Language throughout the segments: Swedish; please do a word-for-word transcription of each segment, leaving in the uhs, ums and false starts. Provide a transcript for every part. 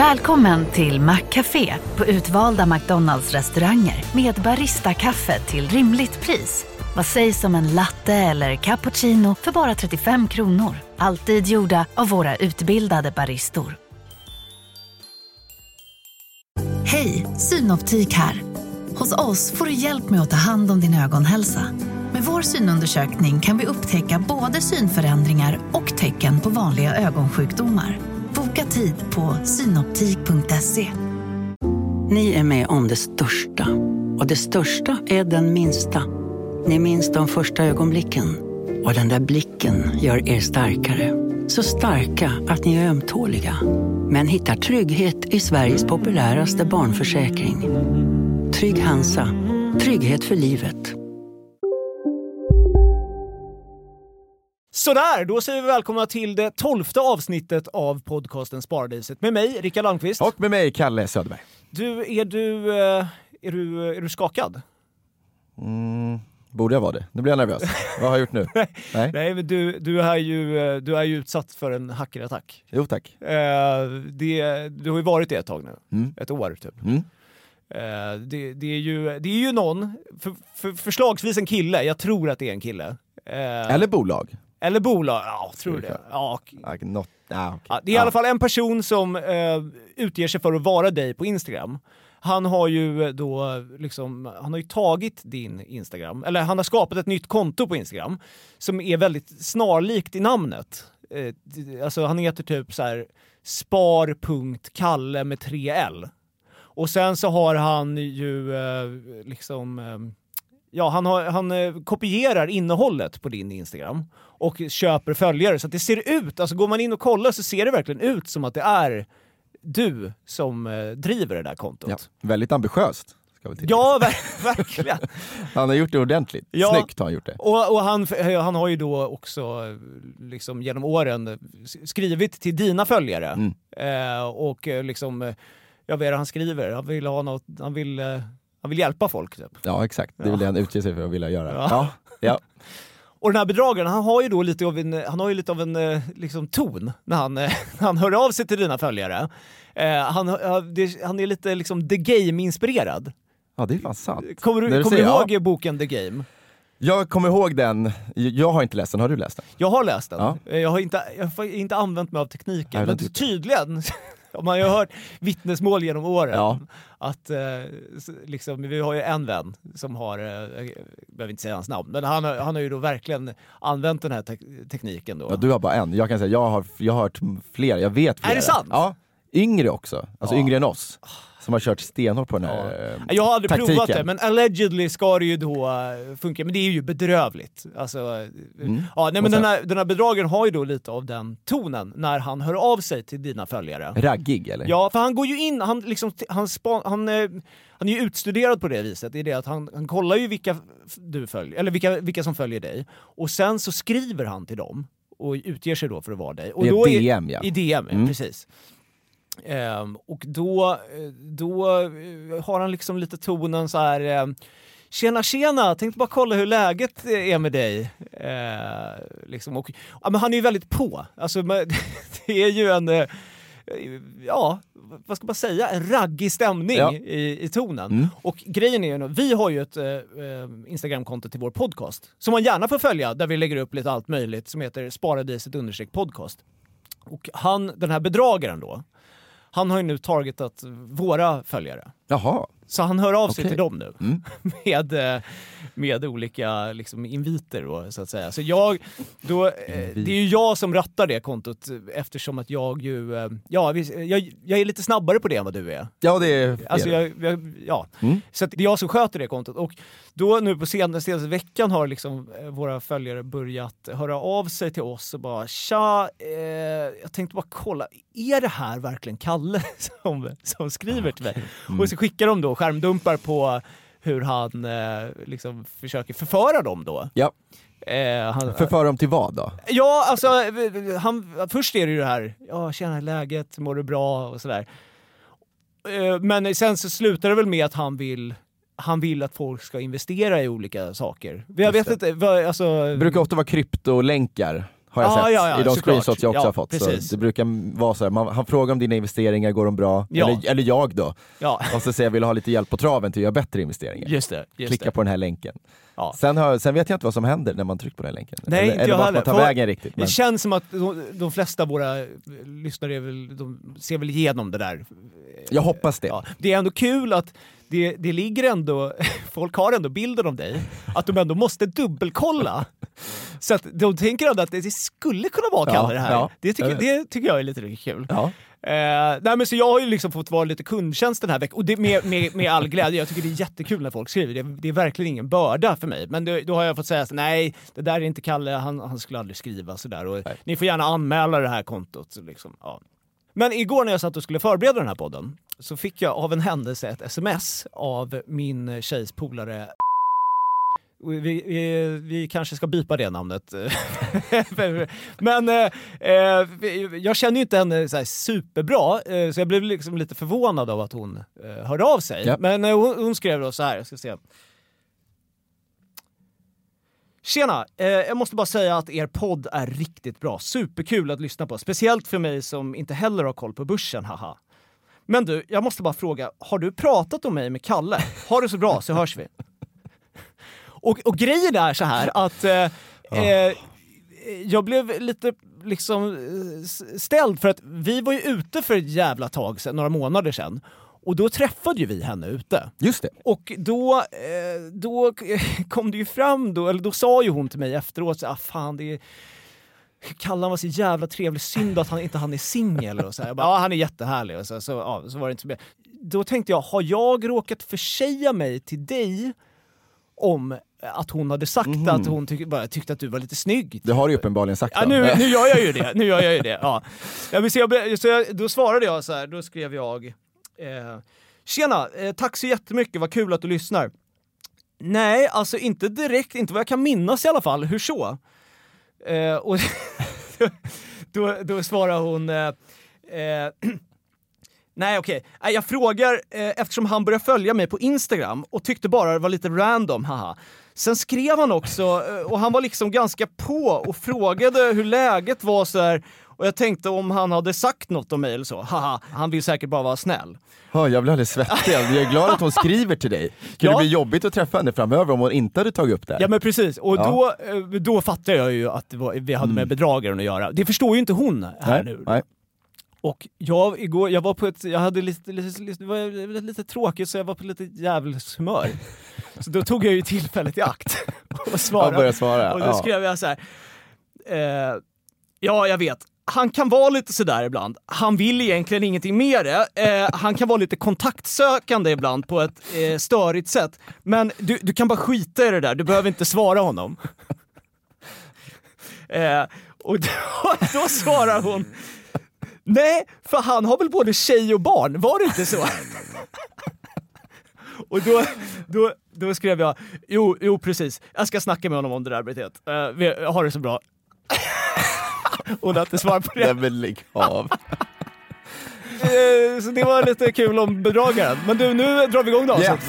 Välkommen till Maccafé på utvalda McDonalds-restauranger med Barista-kaffe till rimligt pris. Vad sägs om en latte eller cappuccino för bara trettiofem kronor? Alltid gjorda av våra utbildade baristor. Hej, Synoptik här. Hos oss får du hjälp med att ta hand om din ögonhälsa. Med vår synundersökning kan vi upptäcka både synförändringar och tecken på vanliga ögonsjukdomar. Boka tid på synoptik punkt se. Ni är med om det största. Och det största är den minsta. Ni minns de första ögonblicken. Och den där blicken gör er starkare. Så starka att ni är ömtåliga. Men hittar trygghet i Sveriges populäraste barnförsäkring. Trygg Hansa. Trygghet för livet. Sådär, då säger vi välkomna till det tolfte avsnittet av podcasten Sparadiset. Med mig, Rickard Landqvist. Och med mig, Kalle Söderberg. Du, är du, är du, är du skakad? Mm, borde jag vara det? Nu blir jag nervös. Vad har jag gjort nu? Nej, Nej men du, du, är ju, du är ju utsatt för en hackerattack. Jo, tack. Eh, det, du har ju varit det ett tag nu. Mm. Ett år, typ. Mm. Eh, det, det, är ju, det är ju någon, för, för, förslagsvis en kille, jag tror att det är en kille. Eh, Eller bolag. Eller bolag, ja, tror du det? Ja, okay. Not, ah, okay. ja, det är i alla fall en person som eh, utger sig för att vara dig på Instagram. Han har ju då liksom, han har ju tagit din Instagram, eller han har skapat ett nytt konto på Instagram som är väldigt snarlikt i namnet. Eh, alltså han heter typ så här spar punkt kalle med tre L. Och sen så har han ju eh, liksom eh, ja, han, har, han eh, kopierar innehållet på din Instagram och köper följare så att det ser ut, alltså går man in och kollar så ser det verkligen ut som att det är du som eh, driver det där kontot. Ja, väldigt ambitiöst. Ska vi ja, ver- verkligen. Han har gjort det ordentligt. Ja, snyggt har han gjort det. Och, och han, han har ju då också liksom genom åren skrivit till dina följare. Mm. Eh, och liksom, jag vet vad han skriver. Han vill ha något, han vill... Eh, Han vill hjälpa folk typ. Ja, exakt. Det är väl det han utger sig för att vilja göra. Ja. Ja. Ja. Och den här bedragaren, han har ju då lite av en, han har ju lite av en liksom, ton när han, när han hör av sig till dina följare. Eh, han, det, han är lite liksom The Game-inspirerad. Ja, det är fan sant. Kommer du, du kommer säger, du ihåg ja. boken The Game? Jag kommer ihåg den. Jag har inte läst den. Har du läst den? Jag har läst den. Ja. Jag har inte, jag har inte använt mig av tekniken. Nej, men det... tydligen... Man har ju hört vittnesmål genom åren ja. att eh, liksom, vi har ju en vän som har, eh, jag behöver inte säga hans namn, men han, han har ju då verkligen använt den här te- tekniken då. Ja, du har bara en. Jag kan säga, jag har, jag har hört fler, jag vet flera. Är det sant? Ja, yngre också. Alltså ja. yngre än oss. Som har kört stenhårt på den här ja. Jag har aldrig taktiken. provat det, men allegedly ska det ju då funka. Men det är ju bedrövligt. Alltså, mm. ja, nej, men den här, den här bedragaren har ju då lite av den tonen när han hör av sig till dina följare. Raggig, eller? Ja, för han går ju in, han, liksom, han, spa, han, han är ju utstuderad på det viset. Det är det att han, han kollar ju vilka du följer, eller vilka, vilka som följer dig. Och sen så skriver han till dem och utger sig då för att vara dig. Och I då D M, är, ja. I D M, mm. precis. Um, och då, då har han liksom lite tonen så här um, tjena tjena, tänkte bara kolla hur läget är med dig. Uh, liksom. Och, ja, men han är ju väldigt på. Alltså, det är ju en uh, ja, vad ska man säga, en raggig stämning ja. i, i tonen. Mm. Och grejen är ju nu, vi har ju ett uh, Instagram-konto till vår podcast som man gärna får följa, där vi lägger upp lite allt möjligt som heter Sparadiset understreck podcast. Och han, den här bedragaren då, han har ju nu targetat våra följare. Jaha. Så han hör av sig okay. till dem nu. Mm. med, med olika liksom, inviter då, så att säga. Så jag, då, det är ju jag som rattar det kontot eftersom att jag ju... Ja, jag, jag är lite snabbare på det än vad du är. Ja, det är... Alltså, jag, jag, ja. Mm. Så att det är jag som sköter det kontot. Och då nu på senaste, senaste veckan har liksom våra följare börjat höra av sig till oss och bara tja, eh, jag tänkte bara kolla, är det här verkligen Kalle som, som skriver till mig? Mm. Och så skickar de då skärmdumpar på hur han eh, liksom försöker förföra dem då. Ja. Eh, han, förföra dem till vad då? Ja, alltså han, först är det ju det här, ja, tjena läget, mår du bra och sådär. Eh, men sen så slutar det väl med att han vill han vill att folk ska investera i olika saker. Jag vet inte, vad, alltså... Det brukar ofta vara kryptolänkar. har jag ah, sett ja, ja, i de såklart. screenshots jag också ja, har fått. Precis. Så det brukar vara så här, man, han frågar om dina investeringar, går de bra? Ja. Eller, eller jag då. Ja. Och så säger jag, vill ha lite hjälp på traven till att göra bättre investeringar. Just det. Just Klicka det. på den här länken. Ja. Sen, har, sen vet jag inte vad som händer när man trycker på den här länken. Nej, eller inte eller jag vart heller. man tar För vägen riktigt. Men... Det känns som att de, de flesta av våra lyssnare är väl, de ser väl igenom det där. Jag hoppas det. Ja. Det är ändå kul att det, det ligger ändå, folk har ändå bilden av dig, att de ändå måste dubbelkolla. Så att de tänker ändå att det skulle kunna vara Kalle Ja, det här. ja. Det, tycker, det tycker jag är lite kul. Ja. Eh, nej, men så jag har ju liksom fått vara lite kundtjänst den här veckan och det med, med, med all glädje. Jag tycker det är jättekul när folk skriver. Det, det är verkligen ingen börda för mig. Men det, då har jag fått säga så, nej, det där är inte Kalle, han, han skulle aldrig skriva sådär. Och ni får gärna anmäla det här kontot. Så liksom, ja. Men igår när jag satt och skulle förbereda den här podden så fick jag av en händelse ett sms av min tjejs polare. Vi, vi, vi kanske ska bipa det namnet. Men eh, jag känner ju inte henne så här superbra, eh, så jag blev liksom lite förvånad av att hon eh, hörde av sig. Ja. Men eh, hon, hon skrev då så här, jag ska se. Tjena, eh, jag måste bara säga att er podd är riktigt bra. Superkul att lyssna på. Speciellt för mig som inte heller har koll på börsen, haha. Men du, jag måste bara fråga, har du pratat om mig med Kalle? Ha det så bra så hörs vi. Och, och grejen är så här att eh, oh. eh, jag blev lite liksom ställd för att vi var ju ute för ett jävla tag sedan, några månader sedan. Och då träffade ju vi henne ute. Just det. Och då, eh, då kom det ju fram då, eller då sa ju hon till mig efteråt så ah fan det är Kalle var så jävla trevlig, synd att han inte han är singel och så här. Jag bara, ja, han är jättehärlig och så så ja, så var det inte så mer. Då tänkte jag, har jag råkat försäga mig till dig om att hon hade sagt mm. att hon tyck, bara, tyckte att du var lite snygg. Det har du uppenbarligen sagt. Ja, nu, nu gör jag ju det. Nu gör jag ju det. Ja. Jag vill se, jag, så jag, då svarade jag så här, då skrev jag eh, tjena, eh, tack så jättemycket, vad kul att du lyssnar. Nej, alltså inte direkt, inte vad jag kan minnas i alla fall. Hur så? Eh, och då, då svarar hon eh, eh, nej okej, okay. Jag frågar eh, eftersom han började följa mig på Instagram och tyckte bara det var lite random, haha. Sen skrev han också och han var liksom ganska på och frågade hur läget var så här. Och jag tänkte om han hade sagt något om mig eller så. Haha, han vill säkert bara vara snäll. Oh, jag blir alldeles svettig. Jag är glad att hon skriver till dig. Kan ja. det bli jobbigt att träffa henne framöver om hon inte hade tagit upp det här? Ja men precis. Och ja. då, då fattar jag ju att det var, vi hade med mm. bedragaren att göra. Det förstår ju inte hon här nej, nu. Nej. Och jag igår, jag var på ett, jag hade lite, lite, lite, det var lite tråkigt så jag var på lite djävulshumör. Så då tog jag ju tillfället i akt och svarade. Ja, svara. Och då ja. skrev jag så här. Eh, ja, jag vet. Han kan vara lite sådär ibland. Han vill egentligen ingenting mer. Eh, han kan vara lite kontaktsökande ibland på ett eh, störigt sätt. Men du, du kan bara skita i det där. Du behöver inte svara honom. eh, och då, då svarar hon nej, för han har väl både tjej och barn. Var det inte så? Och då, då, då skrev jag jo, jo, precis. Jag ska snacka med honom om det där beteendet. Uh, vi har det så bra. Och att det svar på det. Det vill ligga av. uh, så det var lite kul om bedragaren. Men du, nu drar vi igång då. Yes.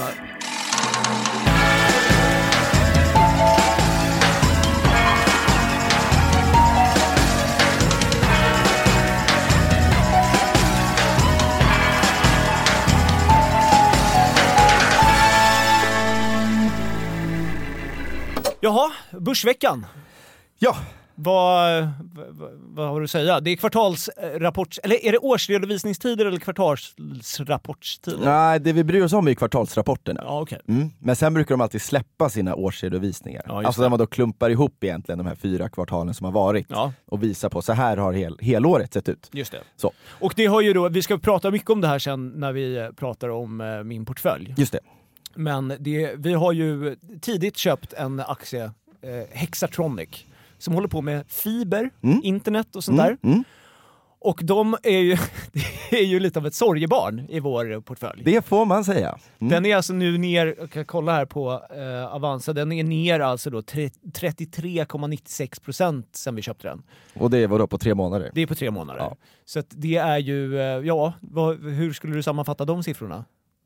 Jaha, börsveckan. Ja. Vad, vad, vad har du att säga? Det är kvartalsrapport, eller är det årsredovisningstider eller kvartalsrapportstider? Nej, det vi bryr oss om är kvartalsrapporterna. Ja, okay. mm. Men sen brukar de alltid släppa sina årsredovisningar. Ja, alltså det. där man då klumpar ihop egentligen de här fyra kvartalen som har varit. Ja. Och visar på, så här har hel, helåret sett ut. Just det. Så. Och det har ju då, vi ska prata mycket om det här sen när vi pratar om eh, min portfölj. Just det. Men det, vi har ju tidigt köpt en aktie, eh, Hexatronic, som håller på med fiber, mm. internet och sånt mm. där. Mm. Och de är ju, det är ju lite av ett sorgebarn i vår portfölj. Det får man säga. Mm. Den är alltså nu ner, jag kan kolla här på eh, Avanza, den är ner alltså då trettiotre komma nittiosex procent sen vi köpte den. Och det var då på tre månader? Det är på tre månader. Ja. Så att det är ju, eh, ja, vad, hur skulle du sammanfatta de siffrorna?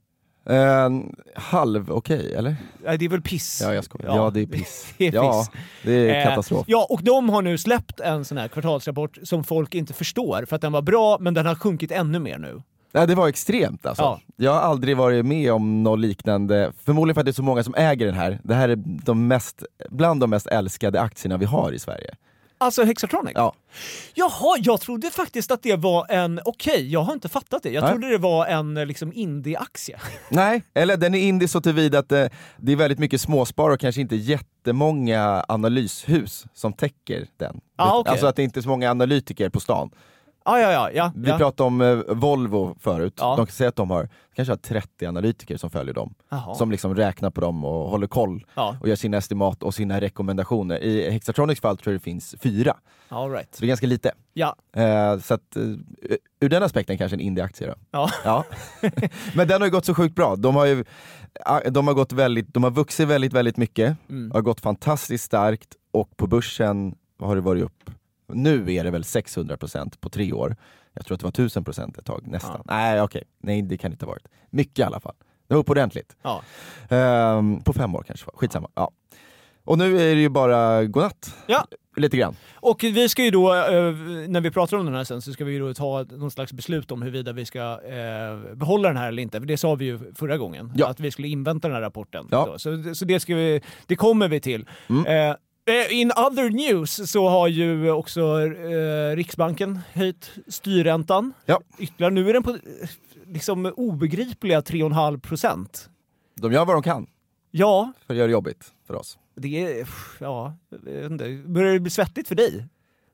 Uh, halv okej, okay, eller? Nej, det är väl piss. Ja, jag skojar. Ja, ja det är piss. det är piss. Ja, det är katastrof. Eh, ja, och de har nu släppt en sån här kvartalsrapport som folk inte förstår för att den var bra, men den har sjunkit ännu mer nu. Nej, det var extremt alltså. Ja. Jag har aldrig varit med om något liknande, förmodligen för att det är så många som äger den här. Det här är de mest, bland de mest älskade aktierna vi har i Sverige. Alltså Hexatronic? Ja. Jaha, jag trodde faktiskt att det var en... Okej, okay, jag har inte fattat det. Jag Nej. trodde det var en liksom indie-aktie. Nej, eller den är indie så tillvida att det, det är väldigt mycket småspar och kanske inte jättemånga analyshus som täcker den. Ah, okay. Alltså att det inte är så många analytiker på stan. Ah, ja, ja, ja, Vi ja. pratade om eh, Volvo förut. Ja. De kan säga att de har kanske har trettio analytiker som följer dem. Aha. Som liksom räknar på dem och håller koll. Ja. Och gör sina estimat och sina rekommendationer. I Hexatronics fall tror jag det finns fyra. All right. Så det är ganska lite. Ja. Eh, så att, eh, ur den aspekten kanske en indie-aktie då. Ja. Ja. Men den har ju gått så sjukt bra. De har ju de har gått väldigt, de har vuxit väldigt, väldigt mycket. Mm. Har gått fantastiskt starkt. Och på börsen har det varit upp. Nu är det väl sexhundra procent på tre år. Jag tror att det var tusen procent ett tag nästan. Ja. Nej okej, okay. Nej det kan inte ha varit. Mycket i alla fall. Det var upp ordentligt. Ja. Um, på fem år kanske, skitsamma. Ja. Och nu är det ju bara godnatt. Ja. Lite grann. Och vi ska ju då, när vi pratar om den här sen, så ska vi ju då ta någon slags beslut om huruvida vi ska eh, behålla den här eller inte. För det sa vi ju förra gången, ja. att vi skulle invänta den här rapporten. Ja. Så, så det, ska vi, det kommer vi till. Mm. Eh, In other news så har ju också eh, Riksbanken höjt styrräntan. Ja. Ytterligare. Nu är den på liksom obegripliga tre komma fem procent. De gör vad de kan. Ja. För att göra det jobbigt för oss. Det är, ja, börjar det bli svettigt för dig?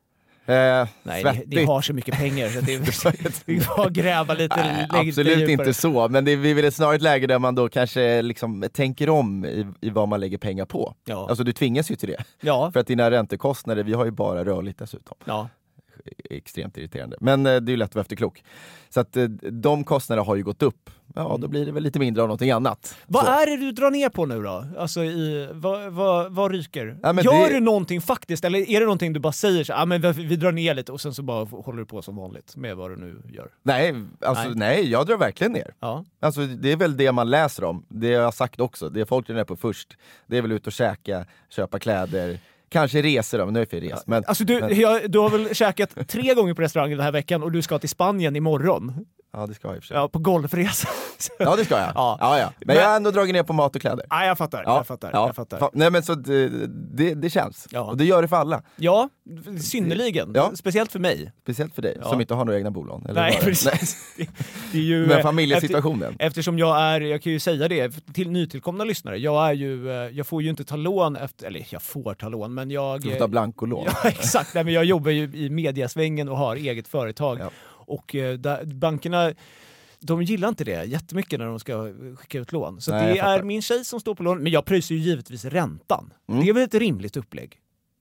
Eh, Nej, ni, ni har så mycket pengar så det är, vi får gräva lite. Nej, absolut inte så, men det är vi vill snarare ett läge där man då kanske liksom tänker om i, i vad man lägger pengar på. Ja. Alltså du tvingas ju till det. Ja. För att dina räntekostnader, vi har ju bara rörligt dessutom. Ja. Extremt irriterande. Men eh, det är ju lätt att vara efterklok. Så att eh, de kostnaderna har ju gått upp. Ja, då blir det väl lite mindre av någonting annat. Vad så. är det du drar ner på nu då? Alltså, i, vad, vad, vad ryker? Ja, Gör det... du någonting faktiskt? Eller är det någonting du bara säger så, ah, men vi, vi drar ner lite och sen så bara håller du på som vanligt med vad du nu gör? Nej, alltså, nej. nej jag drar verkligen ner. Ja. Alltså, det är väl det man läser om. Det jag har sagt också. Det folk är på först. Det är väl ut och käka, köpa kläder. Kanske resor då, men nu är det för res. Men, alltså du, men... jag, du har väl käkat tre gånger på restaurangen den här veckan och du ska till Spanien imorgon. Ja, det ska jag i och för sig. Ja, på golfresa. Ja, det ska jag. Ja. Ja, ja. Men, men jag har ändå dragit ner på mat och kläder. Ja, jag fattar. Ja. Jag fattar. Ja. Jag fattar. Nej, men så det, det, det känns. Ja. Och det gör det för alla. Ja, synnerligen. Ja. Speciellt för mig. Speciellt för dig, ja. Som inte har några egna bolån. Eller Nej, precis. Nej. Det är ju, men familjesituationen. Efter, eftersom jag är, jag kan ju säga det till nytillkomna lyssnare, jag är ju, jag får ju inte ta lån efter, eller jag får ta lån, men jag... Du får ta blankolån. Ja, exakt. Nej, men jag jobbar ju i mediasvängen och har eget företag. Ja. Och där, bankerna... De gillar inte det jättemycket när de ska skicka ut lån. Så Nej, det är min tjej som står på lån. Men jag pröjsar ju givetvis räntan. Mm. Det är väl ett rimligt upplägg?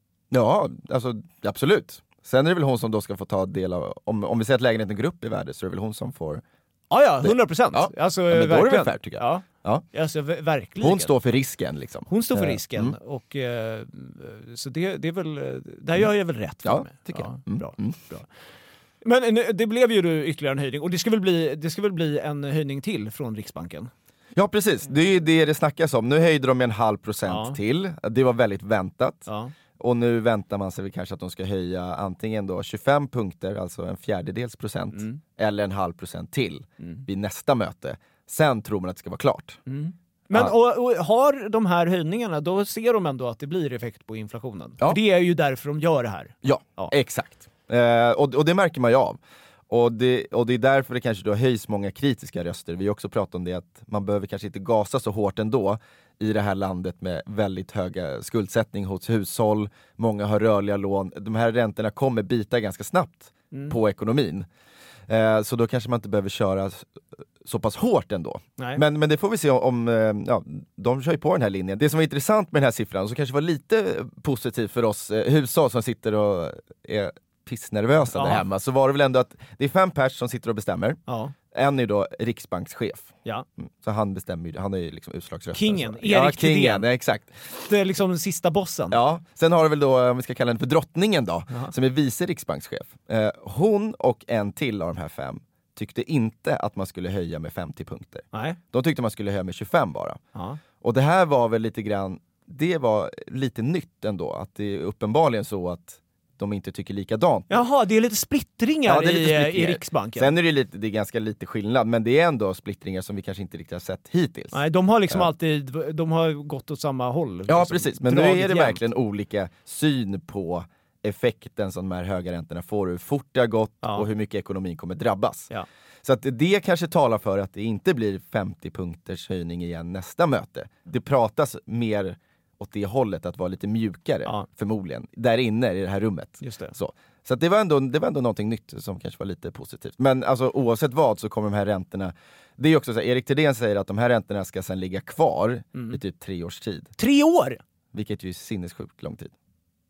Ja, alltså absolut. Sen är det väl hon som då ska få ta del av... Om, om vi säger att lägenheten går upp i värde så är det väl hon som får... Ja, ja, hundra procent. Ja. Alltså, ja, men då är det väl fair, tycker jag. Ja. Ja. Alltså, verkligen. Hon står för risken liksom. Hon står för risken. Mm. Och, eh, så det, det är väl... Där gör jag väl rätt för ja, mig. Tycker ja, jag. Mm. Bra, mm. bra. Men det blev ju då ytterligare en höjning och det ska väl bli, det ska väl bli en höjning till från Riksbanken? Ja precis, det är ju det det snackas om. Nu höjde de med en halv procent ja. till. Det var väldigt väntat. Ja. Och nu väntar man sig kanske att de ska höja antingen då tjugofem punkter, alltså en fjärdedels procent, mm. eller en halv procent till mm. vid nästa möte. Sen tror man att det ska vara klart. Mm. Men ja. och, och har de här höjningarna, då ser de ändå att det blir effekt på inflationen. Ja. För det är ju därför de gör det här. Ja, ja. exakt. Eh, och, och det märker man ju av. Och det, och det är därför det kanske då höjs många kritiska röster. Vi har också pratat om det att man behöver kanske inte gasa så hårt ändå i det här landet med väldigt höga skuldsättning hos hushåll. Många har rörliga lån. De här räntorna kommer bita ganska snabbt mm. på ekonomin. Eh, så då kanske man inte behöver köra så pass hårt ändå. Men, men det får vi se om, om ja, de kör ju på den här linjen. Det som var intressant med den här siffran, som kanske var lite positivt för oss eh, hushåll som sitter och är pissnervösa ja. där hemma, så var det väl ändå att det är fem pers som sitter och bestämmer. Ja. En är då riksbankschef. Ja. Så han bestämmer ju, han är ju liksom utslagsröst. Kingen, Erik ja, kingen, ja, exakt. Det är liksom den sista bossen. Ja, sen har du väl då, om vi ska kalla henne för drottningen då, Jaha. som är vice riksbankschef. Eh, hon och en till av de här fem tyckte inte att man skulle höja med femtio punkter. Nej. De tyckte man skulle höja med tjugofem bara. Ja. Och det här var väl lite grann, det var lite nytt ändå, att det är uppenbarligen så att de inte tycker likadant. Jaha, det är lite splittringar, Ja, det är lite i, splittringar. i Riksbanken. Sen är det, lite, det är ganska lite skillnad, men det är ändå splittringar som vi kanske inte riktigt har sett hittills. Nej, de har liksom Ja. alltid, de har gått åt samma håll. Ja, liksom. precis. Men nu Dragit är det jämnt. verkligen olika syn på effekten som de här höga räntorna får, hur fort det har gått Ja. och hur mycket ekonomin kommer drabbas. Ja. Så att det kanske talar för att det inte blir femtio punkters höjning igen nästa möte. Det pratas mer åt det hållet, att vara lite mjukare, Ja. förmodligen, där inne i det här rummet. Just det. Så, så att det, var ändå, det var ändå någonting nytt som kanske var lite positivt. Men alltså, oavsett vad så kommer de här räntorna, det är också så här, Erik Thedéen säger att de här räntorna ska sedan ligga kvar Mm. i typ tre års tid. Tre år! Vilket ju är sinnessjukt lång tid.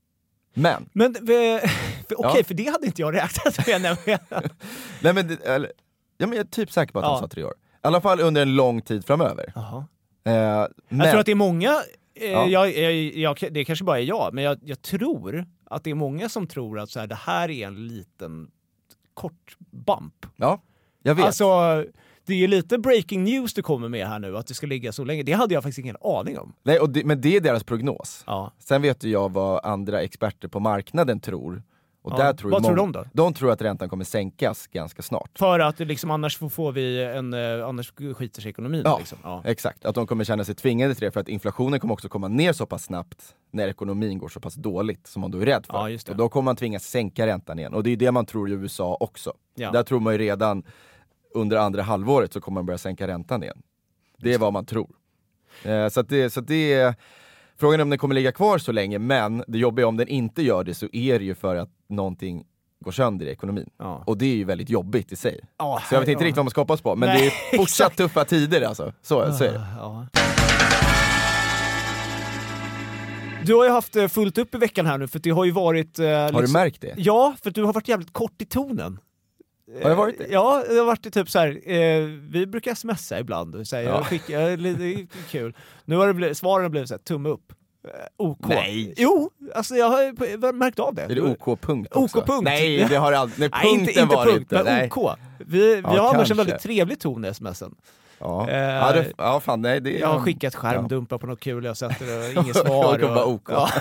Men, Men eh, för, okej, Ja. för det hade inte jag räknat med. nämligen. nej men, det, eller, ja, men jag är typ säker på att Ja. de sa tre år. I alla fall under en lång tid framöver. Jaha. Eh, men, Jag tror att det är många, eh, Ja. jag, jag, jag, det kanske bara är jag, men jag, jag tror att det är många som tror att så här, det här är en liten kort bump. ja, jag vet. Alltså, det är ju lite breaking news du kommer med här nu, att det ska ligga så länge. Det hade jag faktiskt ingen aning om. Nej, och det, men det är deras prognos. Ja. Sen vet ju jag vad andra experter på marknaden tror. Och Ja. där tror Vad ju tror många- de då? De tror att räntan kommer sänkas ganska snart. För att det liksom, annars får, får vi en, eh, annars skiter sig ekonomin. Ja. Liksom. Ja. Exakt, att de kommer känna sig tvingade till det för att inflationen kommer också komma ner så pass snabbt när ekonomin går så pass dåligt som man då är rädd för. Ja, just det. Och då kommer man tvingas sänka räntan igen. Och det är det man tror i U S A också. Ja. Där tror man ju redan under andra halvåret så kommer man börja sänka räntan igen. Det är vad man tror. Eh, så att det, så att det är... Frågan är om den kommer ligga kvar så länge, men det jobbiga om den inte gör det så är det ju för att någonting går sönder i ekonomin. Ja. Och det är ju väldigt jobbigt i sig. Ja, Så jag vet inte ja. riktigt vad man ska hoppas på, men Nej, det är fortsatt exakt. tuffa tider alltså. Så, så är det. Ja. Du har ju haft eh, fullt upp i veckan här nu, för det har ju varit... Eh, Har liksom... du märkt det? Ja, för du har varit jävligt kort i tonen. Har det varit det? Ja, det har varit typ så här. Eh, vi brukar smsa ibland och säga, Ja. jag skickar, lite kul. Nu har det blivit, svaren har blivit så här, tumme upp. Eh, OK. Nej. Jo, alltså jag har märkt av det. Är det OK-punkt också? OK-punkt. Nej, det har aldrig... Nej, Nej, punkten inte, inte var punkt, inte. men Nej. OK. Vi, vi Ja, har annars kanske. en väldigt trevlig ton i smsen. Ja. Eh, ja, det, ja, fan nej. Det, Jag har skickat skärmdumpar på något kul, jag sätter och inget Och svar. det var OK. Ja.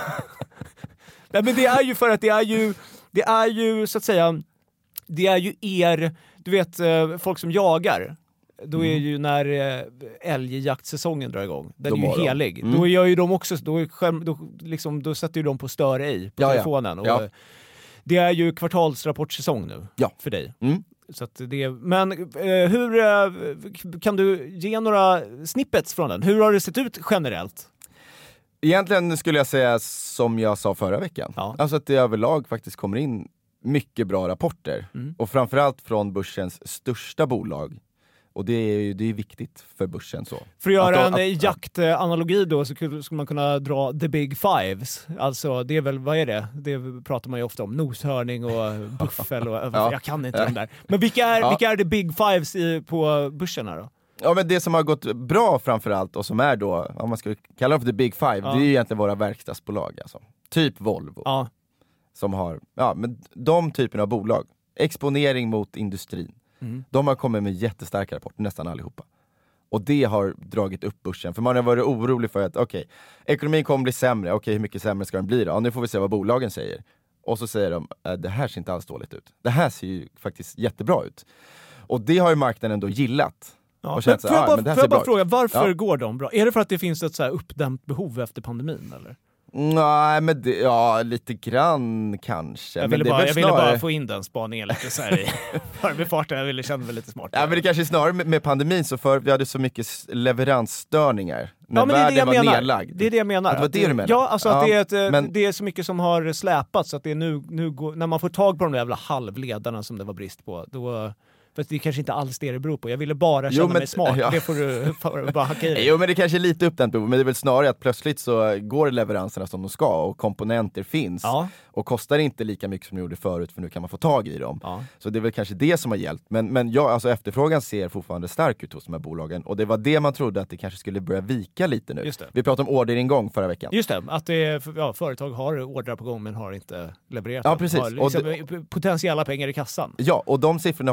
Nej, men det är ju för att det är ju, det är ju så att säga, det är ju er, du vet, eh, folk som jagar. Då är ju när eh, älgjaktsäsongen drar igång, den Då är ju var de. helig. Mm. Då gör ju de också, då, är skärm, då, liksom, då sätter ju de på stör ej på Ja, ja. telefonen. Och, Ja. eh, det är ju kvartalsrapportsäsong nu Ja. för dig. Mm. Så att det, men eh, hur eh, kan du ge några snippets från den? Hur har det sett ut generellt? Egentligen skulle jag säga som jag sa förra veckan. Ja. Alltså att det överlag faktiskt kommer in mycket bra rapporter. Mm. Och framförallt från börsens största bolag. Och det är ju det är viktigt för börsen så. För att göra Att en då- eh, att- jaktanalogi då så skulle skulle man kunna dra the big fives. Alltså det är väl, vad är det? Det pratar man ju ofta om. Noshörning och buffel och Ja. jag kan inte de där. Men vilka är, Ja. vilka är the big fives i, på börsen här då? Ja, men det som har gått bra framförallt och som är då, om man ska kalla dem för the big five, Ja. det är ju egentligen våra verkstadsbolag alltså. Typ Volvo. Ja. Som har, ja men de typen av bolag. Exponering mot industrin. Mm. De har kommit med jättestarka rapporter, nästan allihopa. Och det har dragit upp börsen. För man har varit orolig för att, okej, okay, ekonomin kommer bli sämre. Okej, okay, hur mycket sämre ska den bli då? Ja, nu får vi se vad bolagen säger. Och så säger de, äh, det här ser inte alls dåligt ut. Det här ser ju faktiskt jättebra ut. Och det har ju marknaden då gillat. Ja. Och känt Men så, får jag ah, bara, men det här får ser jag bara bra ut. fråga, varför Ja. går de bra? Är det för att det finns ett så här uppdämt behov efter pandemin eller? Nej, men det, ja, lite grann kanske. Jag men ville, det är bara, väl jag ville snarare... bara få in den spaningen lite så här i förbifarten. Jag ville känna mig lite smart. Ja, men det kanske är snarare med, med pandemin så för vi hade så mycket s- leveransstörningar när Ja, men det är det världen jag var menar. nedlagd. Det är det jag menar. Att det var Att det du menar? Ja, alltså att Ja, det, är ett, eh, men- det är så mycket som har släpats så att det är nu, nu går, när man får tag på de där jävla halvledarna som det var brist på, då... För det är kanske inte alls det det beror på. Jag ville bara känna Jo, men- mig smart. ja. Det får du, får du bara hacka i dig. Jo, men det kanske är lite uppdämt behov, men det är väl snarare att plötsligt så går leveranserna som de ska och komponenter finns Ja. och kostar inte lika mycket som de gjorde förut för nu kan man få tag i dem. Ja. Så det är väl kanske det som har hjälpt. Men, men ja, alltså efterfrågan ser fortfarande stark ut hos de här bolagen och det var det man trodde att det kanske skulle börja vika lite nu. Just det. Vi pratade om orderingång förra veckan. Just det, att det är, ja, företag har ordrar på gång men har inte levererat. Ja, dem. precis. Har Och liksom potentiella pengar i kassan. Ja, och de siffrorna har ju varit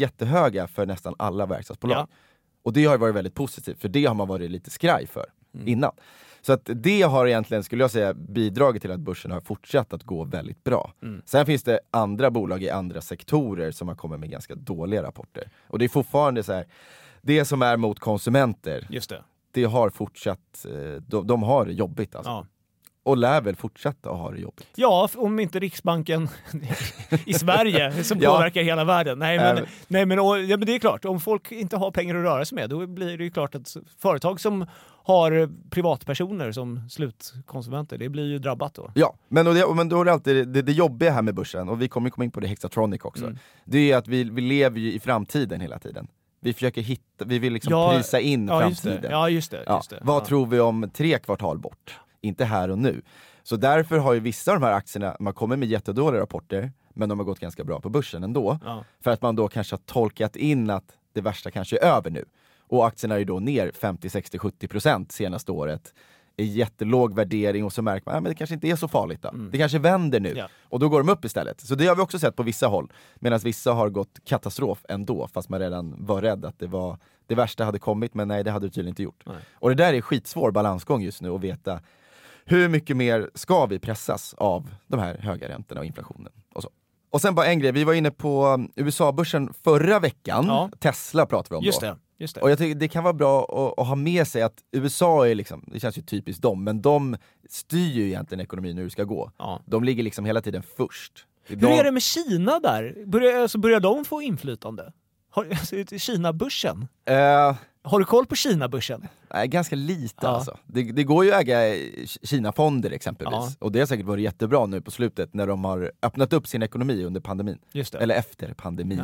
jättehöga för nästan alla verkstadsbolag. Ja. Och det har varit väldigt positivt, för det har man varit lite skraj för Mm. innan. Så att det har egentligen, skulle jag säga, bidragit till att börsen har fortsatt att gå väldigt bra. Mm. Sen finns det andra bolag i andra sektorer som har kommit med ganska dåliga rapporter. Och det är fortfarande så här, det som är mot konsumenter, Just det. det har fortsatt, eh, de, de har det jobbigt alltså. Ja. Och lär väl fortsätta att ha det jobbigt. Ja, om inte Riksbanken i Sverige som Ja. påverkar hela världen. Nej, men, Äh. nej men, och, ja, men det är klart, om folk inte har pengar att röra sig med, då blir det ju klart att företag som har privatpersoner som slutkonsumenter, det blir ju drabbat då. Ja, men, och det, men då är det alltid det, det jobbiga här med börsen, och vi kommer komma in på det Hexatronic också. Mm. Det är att vi, vi lever ju i framtiden hela tiden. Vi försöker hitta, vi vill liksom Ja, prisa in Ja, just framtiden. det. Ja, just det. Ja, Just det. vad ja. tror vi om tre kvartal bort? Inte här och nu. Så därför har ju vissa av de här aktierna, man kommer med jättedåliga rapporter, men de har gått ganska bra på börsen ändå. Ja. För att man då kanske har tolkat in att det värsta kanske är över nu. Och aktierna är ju då ner femtio, sextio, sjuttio procent senaste året. Är jättelåg värdering, och så märker man att ja, det kanske inte är så farligt då. Mm. Det kanske vänder nu. Ja. Och då går de upp istället. Så det har vi också sett på vissa håll. Medan vissa har gått katastrof ändå, fast man redan var rädd att det, var, det värsta hade kommit, men nej, det hade det tydligen inte gjort. Nej. Och det där är skitsvår balansgång just nu, att veta hur mycket mer ska vi pressas av de här höga räntorna och inflationen och så. Och sen bara en grej, vi var inne på U S A-börsen förra veckan. Ja. Tesla pratade vi om Just då. det. Just det. Och jag tycker det kan vara bra att, att ha med sig att U S A är liksom, det känns ju typiskt dem, men de styr ju egentligen ekonomin hur det ska gå. Ja. De ligger liksom hela tiden först. Hur de, är det med Kina där? Börjar, alltså, börjar de få inflytande? Har, alltså, Kina-börsen? Eh, Har du koll på Kina-börsen? nej, ganska lite Ja. alltså. Det, det går ju att äga Kina-fonder exempelvis. Ja. Och det har säkert varit jättebra nu på slutet när de har öppnat upp sin ekonomi under pandemin. Just det. Eller efter pandemin.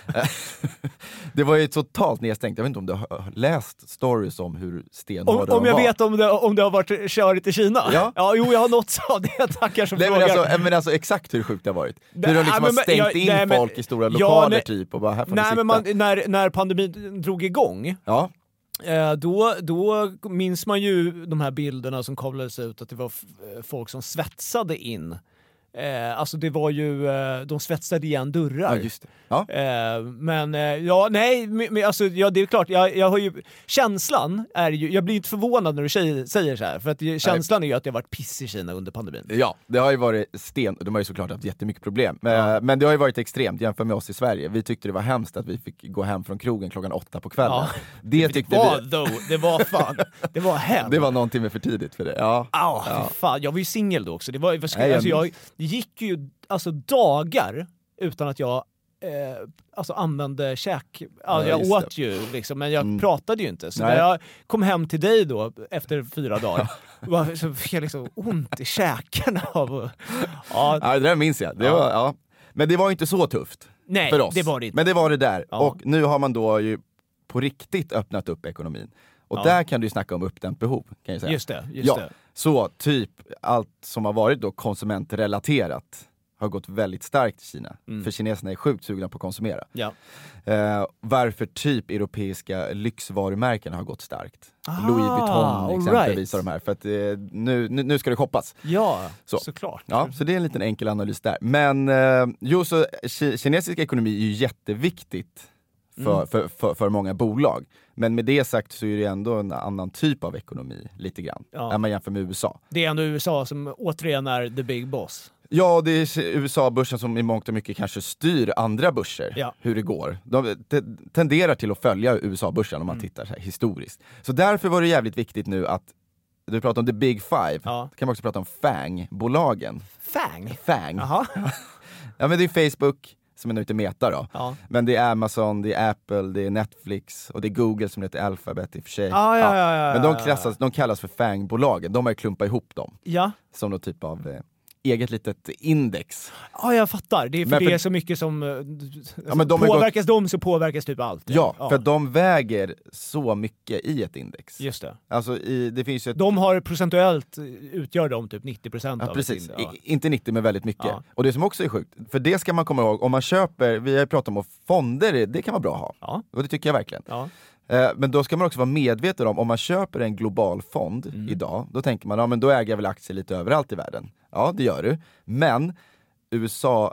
Det var ju totalt nedstängt. Jag vet inte om du har läst stories om hur stenhårda Om, de om jag var. vet om det, om det har varit körigt i Kina? Ja. ja jo, jag har något av det. Tackar som Nej, men, frågar. alltså, men alltså exakt hur sjukt det har varit. Nej, Hur de liksom men- har stängt jag- in nej, men- folk i stora Ja, lokaler nej- typ och bara här får ni Nej, sitta. men man, när, när pandemin drog igång, Ja, eh, då, då minns man ju de här bilderna som kablades ut, att det var f- folk som svetsade in. Eh, alltså det var ju, eh, de svetsade igen dörrar. ja just det. Ja. Eh, men eh, ja, nej, men, men, alltså, ja, det är klart, jag, jag har ju, känslan är ju, jag blir inte förvånad när du säger, säger så här, för att det- känslan är ju att det har varit piss i Kina under pandemin. Ja, det har ju varit sten, de har ju såklart haft jättemycket problem. Men, Ja. men det har ju varit extremt jämfört med oss i Sverige. Vi tyckte det var hemskt att vi fick gå hem från krogen klockan åtta på kvällen. Ja. Det Det tyckte var vi, though, det var fan, det var hem. det var någon timme för tidigt för det. Ja. Au, Ja. fy fan. Jag var ju singel då också. Det, var, vad ska, Nej, jag alltså, jag, minns. det gick ju alltså, dagar utan att jag eh, alltså, använde käk. Alltså, Ja, jag just åt ju, liksom, men jag Mm. pratade ju inte. Så Nej. när jag kom hem till dig då efter fyra dagar var, så fick jag liksom ont i käken av och, ja, Ja, det där minns jag. Det Ja. var, ja. Men det var inte så tufft nej, för oss. det var det inte. Men det var det där. Ja. Och nu har man då ju på riktigt öppnat upp ekonomin. Och Ja. där kan du ju snacka om uppdämt behov, kan jag säga. Just det, just ja. det. Så typ allt som har varit då konsumentrelaterat har gått väldigt starkt i Kina. Mm. För kineserna är sjukt sugna på att konsumera. Ja. Eh, varför typ europeiska lyxvarumärken har gått starkt. Ah, Louis Vuitton all exempelvis right. av de här. För att eh, nu, nu, nu ska det shoppas. Ja, Så. såklart. Ja, så det är en liten enkel analys där. Men eh, jo, så ki- kinesisk ekonomi är ju jätteviktigt för, Mm. för, för, för många bolag. Men med det sagt så är det ändå en annan typ av ekonomi, lite grann. Ja. När man jämför med U S A. Det är ändå U S A som återigen är the big boss. Ja, det är U S A-börsen som i mångt och mycket kanske styr andra börser, Ja. hur det går. De te- tenderar till att följa U S A-börsen om man Mm. tittar så här historiskt. Så därför var det jävligt viktigt nu att, du pratar om the big five, Ja. kan man också prata om FANG-bolagen. Fang? FANG. Jaha. Ja, men det är Facebook, som är nu inte Meta då. Ja. Men det är Amazon, det är Apple, det är Netflix och det är Google som heter Alphabet i och för sig. Ja, ja, ja, ja, Men de, ja, ja. klassas, de kallas för FANG-bolagen, de har ju klumpat ihop dem Ja. som någon typ av eh, eget litet index. Ja, jag fattar. Det är för, Men för- det är så mycket som... eh, Alltså, men de har påverkas de så påverkas typ allt. Ja, för att de väger så mycket i ett index. Just det. Alltså i, det finns ju ett... De har procentuellt, utgör de typ nittio procent Ja, av precis. sin- ja. I, inte nittio men väldigt mycket. Ja. Och det som också är sjukt, för det ska man komma ihåg, om man köper, vi har ju pratat om att fonder, det kan vara bra att ha. Ja. Och det tycker jag verkligen. Ja. Eh, Men då ska man också vara medveten om, om man köper en global fond Mm. idag, då tänker man, ja men då äger jag väl aktier lite överallt i världen. Ja, det gör du. Men U S A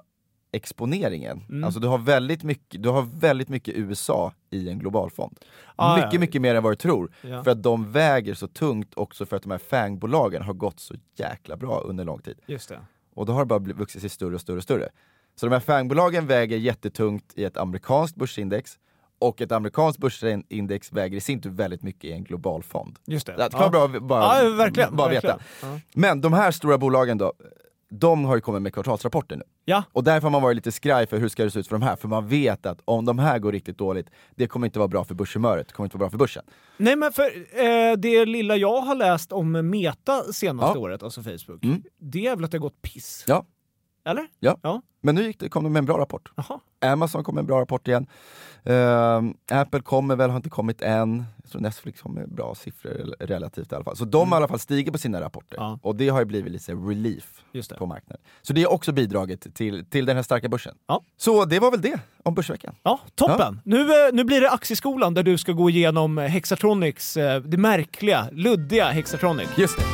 exponeringen. Mm. Alltså du har väldigt mycket, du har väldigt mycket U S A i en globalfond. Ah, mycket, ja. mycket mer än vad du tror. Ja. För att de väger så tungt också för att de här fangbolagen har gått så jäkla bra under lång tid. Just det. Och då har det bara bli- vuxit sig större och större och större. Så de här fangbolagen väger jättetungt i ett amerikanskt börsindex. Och ett amerikanskt börsindex väger i sin tur väldigt mycket i en global fond. Just det. Det kan vara bra bara, Ja, verkligen, bara verkligen. veta. Ja. Men de här stora bolagen då, de har ju kommit med kvartalsrapporter nu. Ja. Och därför har man varit lite skraj för hur ska det se ut för de här. För man vet att om de här går riktigt dåligt, det kommer inte vara bra för börshumöret, det kommer inte vara bra för börsen. Nej, men för eh, det lilla jag har läst om Meta senaste Ja. året, alltså Facebook, Mm. det är väl att det har gått piss? Ja. Eller? Ja. Ja. Men nu gick det, kom de med en bra rapport. Jaha. Amazon kom med en bra rapport igen. Ehm, Apple kommer väl, har inte kommit än. Jag tror Netflix kommer med bra siffror rel- relativt i alla fall. Så de har i alla fall stigit på sina rapporter. Ja. Och det har ju blivit lite relief Just det. på marknaden. Så det har också bidragit till, till den här starka börsen. Ja. Så det var väl det om börsveckan. Ja, toppen! Nu, eh, nu blir det Aktieskolan där du ska gå igenom Hexatronics, eh, det märkliga, luddiga Hexatronic. Just det.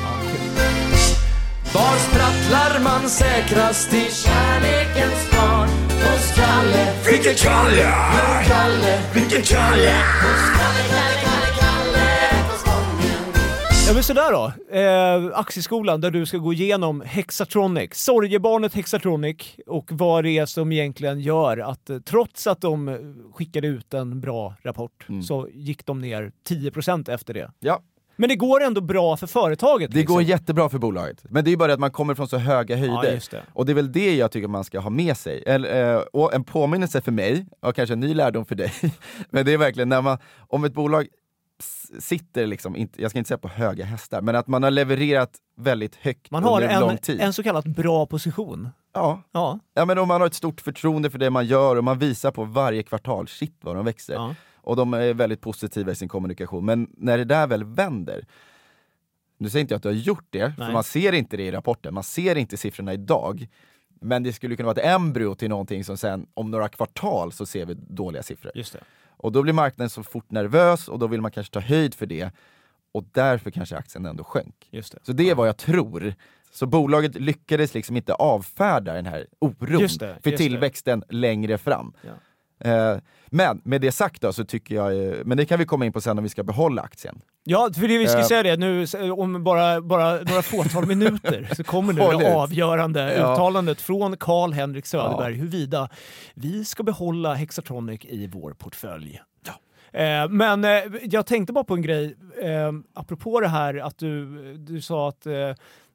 Var sprattlar man säkrast i kärlekens barn? Hos Kalle. Vilken Kalle? Kalle. Vilken Kalle? Hos Kalle, Kalle, Kalle, Kalle på Spången. Ja, men sådär då. Eh, Aktieskolan där du ska gå igenom Hexatronic, sorgebarnet Hexatronic, och vad det är som egentligen gör att eh, trots att de eh, skickade ut en bra rapport Mm. så gick de ner tio procent efter det. Ja. Men det går ändå bra för företaget. Det liksom. går jättebra för bolaget. Men det är ju bara att man kommer från så höga höjder. Ja, just det. Och det är väl det jag tycker man ska ha med sig. Eller, eh, och en påminnelse för mig, och kanske en ny lärdom för dig. Men det är verkligen när man, om ett bolag s- sitter liksom, inte, jag ska inte säga på höga hästar, men att man har levererat väldigt högt Man har under lång en, tid. en så kallad bra position. Ja. Ja. Ja, men om man har ett stort förtroende för det man gör och man visar på varje kvartal, shit vad de växer. Ja. Och de är väldigt positiva i sin kommunikation. Men när det där väl vänder, nu säger inte jag att du har gjort det, Nej. för man ser inte det i rapporten, man ser inte siffrorna idag. Men det skulle kunna vara ett embryo till någonting som sen, om några kvartal så ser vi dåliga siffror. Just det. Och då blir marknaden så fort nervös och då vill man kanske ta höjd för det. Och därför kanske aktien ändå sjönk. Just det. Så det är vad jag tror. Så bolaget lyckades liksom inte avfärda den här oron Just det, för just tillväxten längre fram. Ja. Eh, men med det sagt då så tycker jag, eh, men det kan vi komma in på sen om vi ska behålla aktien. Ja, för det vi ska Eh. säga det nu, om bara, bara några fåtal minuter så kommer nu Håll det ut. avgörande Ja. uttalandet från Carl-Henrik Söderberg huruvida vi ska behålla Hexatronic i vår portfölj. Ja. Eh, men eh, jag tänkte bara på en grej, eh, apropå det här att du, du sa att eh,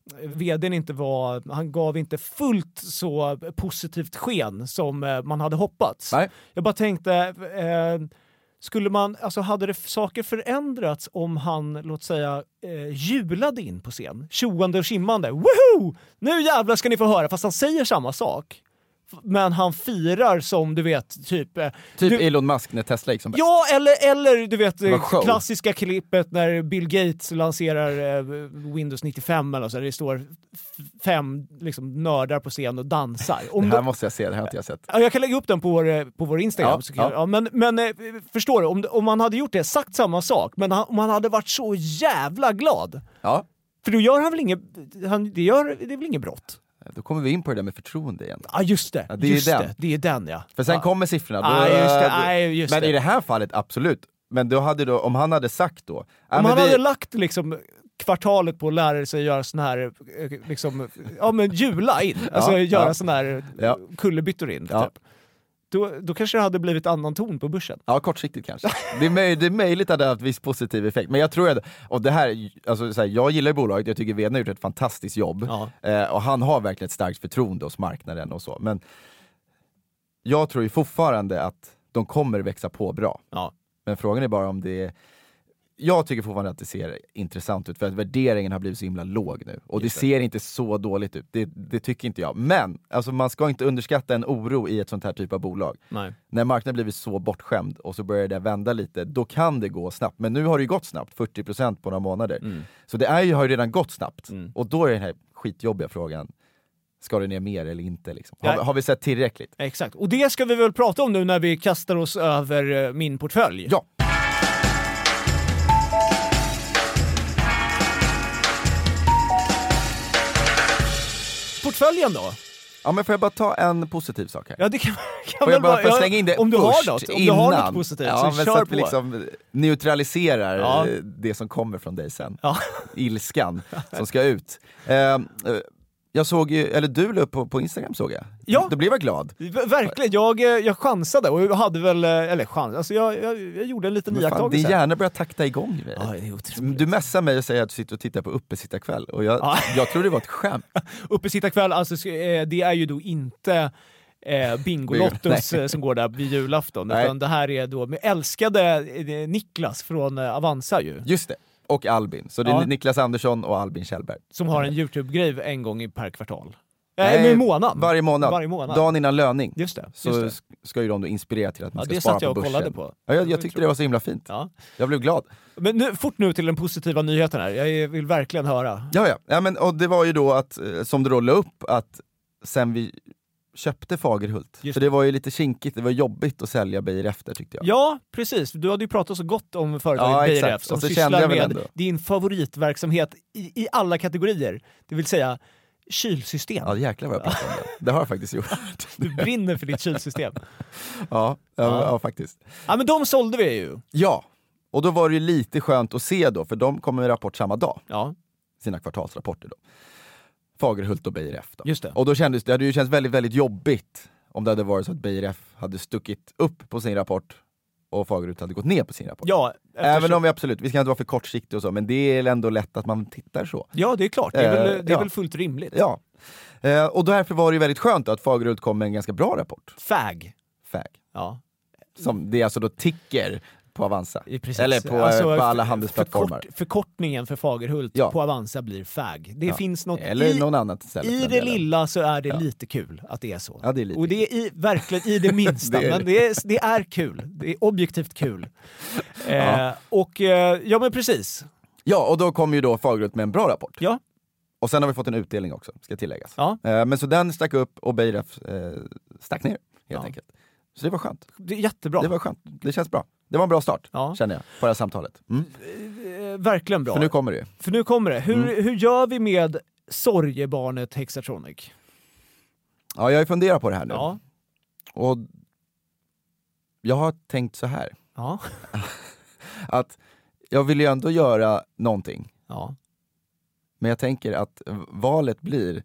vdn inte var, han gav inte fullt så positivt sken som eh, man hade hoppats. Nej. Jag bara tänkte, eh, skulle man, alltså hade det saker förändrats om han, låt säga, eh, julade in på scen? Tjoande och skimmande. Woho! Nu jävlar ska ni få höra, fast han säger samma sak. Men han firar som, du vet, typ... Eh, Typ du, Elon Musk när Tesla gick som bäst. Ja, eller, eller du vet, var show. klassiska klippet när Bill Gates lanserar eh, Windows nittiofem eller så. Det står f- fem liksom, nördar på scen och dansar. Om Det här de- måste jag se, det här har inte jag sett. Ja, jag kan lägga upp den på vår, eh, på vår Instagram. Ja, så kan ja. jag, ja, men men eh, förstår du, om, om man hade gjort det, sagt samma sak, men han, om han hade varit så jävla glad. Ja, För då gör han väl inget, han, det, gör, det är väl inget brott? då kommer vi in på det där med förtroende igen. Ja, just det. Ja, det är just den. det. Det är den, ja. För sen ja. kommer siffrorna. Ja, Då- just det. då- Nej, just men det. i det här fallet, absolut. Men då hade då, om han hade sagt då... ja, Om men han vi- hade lagt liksom kvartalet på att lära sig göra sån här, eh, liksom, ja men jula in, alltså Ja, göra ja. sån här Ja. kullerbyttor in, Ja. typ. Då, då kanske det hade blivit annan ton på börsen. Ja, kortsiktigt kanske. Det är, möj- det är möjligt att det har haft viss positiv effekt. Men jag tror att, och det här, alltså, så här, jag gillar bolaget, jag tycker vdn har gjort ett fantastiskt jobb. Ja. Eh, och han har verkligen ett starkt förtroende hos marknaden och så. Men jag tror ju fortfarande att de kommer växa på bra. Ja. Men frågan är bara om det är... Jag tycker fortfarande att det ser intressant ut för att värderingen har blivit så himla låg nu. Och det, Just det. ser inte så dåligt ut, det, det tycker inte jag. Men alltså, man ska inte underskatta en oro i ett sånt här typ av bolag. Nej. När marknaden blivit så bortskämd och så börjar det vända lite, då kan det gå snabbt. Men nu har det ju gått snabbt, fyrtio procent på några månader. Mm. Så det är ju, har ju redan gått snabbt. Mm. Och då är den här skitjobbiga frågan, ska det ner mer eller inte? Liksom? Har, Ja. har vi sett tillräckligt? Exakt. Och det ska vi väl prata om nu när vi kastar oss över eh, min portfölj. Ja. Portföljen då? Ja, men får jag bara ta en positiv sak här? Ja, det kan, kan Får väl jag bara vara, får jag slänga in det om du först, har något, om innan. du har något positivt, ja, så men kör så att på. vi liksom neutraliserar Ja. det som kommer från dig sen. Ja. Ilskan som ska ut. Eh, jag såg ju, eller du la upp på, på Instagram såg jag. Ja. Då blev jag glad. V- Verkligen, jag, jag chansade och jag hade väl, eller chans, alltså jag, jag, jag gjorde en liten Men fan, iakttagelse. din hjärna börjar takta igång. Ja, det är otroligt. Du messar mig och säger att du sitter och tittar på Uppesittarkväll och jag, Ja. jag tror det var ett skämt. Uppesittarkväll, alltså eh, det är ju då inte eh, Bingolottos Nej. eh, som går där vid julafton, Nej. utan det här är då med älskade eh, Niklas från eh, Avanza ju, Just det, och Albin. Så det är Ja. Niklas Andersson och Albin Kjellberg. som har en YouTube-grej en gång i per kvartal. Eh, Nej, med månad. Varje månad. Varje månad. Dagen innan löning. Just det. Så Just det. sk- ska ju de då inspirera till att man Ja, ska det spara satt jag på och börsen. kollade på. Ja, jag, jag tyckte det var så himla fint. Ja. Jag blev glad. Men nu, fort nu till den positiva nyheten här. Jag vill verkligen höra. Ja, ja. ja men, och det var ju då att, eh, som du då la upp, att sen vi köpte Fagerhult. Just För det var ju lite kinkigt, det var jobbigt att sälja Beijer efter tyckte jag. Ja, precis. Du hade ju pratat så gott om företaget Ja, Beijer exakt. F som Och så kände sysslar jag väl med ändå. din favoritverksamhet i, i alla kategorier. Det vill säga kylsystem. Ja, jäklar vad jag pratade om det. Det har jag faktiskt gjort. Du brinner för ditt kylsystem. Ja, ja, Ja. ja, faktiskt. Ja, men de sålde vi ju. Ja, och då var det ju lite skönt att se då, för de kommer med rapport samma dag. Ja, Sina kvartalsrapporter då. Fagerhult och Beijer F då. just det. Och då kändes det, hade ju känts väldigt, väldigt jobbigt om det hade varit så att Beijer F hade stuckit upp på sin rapport och Fagerhult hade gått ner på sin rapport. Ja, Även eftersom- om vi absolut, vi ska inte vara för kortsiktiga och så, men det är ändå lätt att man tittar så. Ja, det är klart. Det är, Eh, väl, det är ja. väl fullt rimligt. Ja. Eh, och därför var det ju väldigt skönt att Fagerhult kom med en ganska bra rapport. Fag. Fag. Ja, Som det är alltså då ticker på Avanza. i precis. Eller på, Alltså, eh, på alla för- handelsplattformar. Förkort, förkortningen för Fagerhult Ja. på Avanza blir Fag. Det Ja. finns något Eller i, någon annat ställe. för i den det delen. lilla så är det Ja. lite kul att det är så. Ja, det är lite Och det är i, verkligen i det minsta, Det är- men det är, det är kul. Det är objektivt kul. Eh, Ja. och eh, ja, men precis. Ja, och då kom ju då Fagerhult med en bra rapport. Ja, Och sen har vi fått en utdelning också, ska tilläggas. ja, Eh, men så den stack upp och Beijer F eh, stack ner, helt Ja. enkelt. Så det var skönt. det är jättebra. Det var skönt. Det känns bra. Det var en bra start, Ja. känner jag, på det här samtalet. Mm. Eh, verkligen bra. För nu kommer det ju. För nu kommer det. Hur, Mm. hur gör vi med sorgebarnet Hexatronic? Ja, jag har ju funderat på det här nu. Ja, Och jag har tänkt så här, ja, att jag vill ju ändå göra någonting. ja. Men jag tänker att valet blir,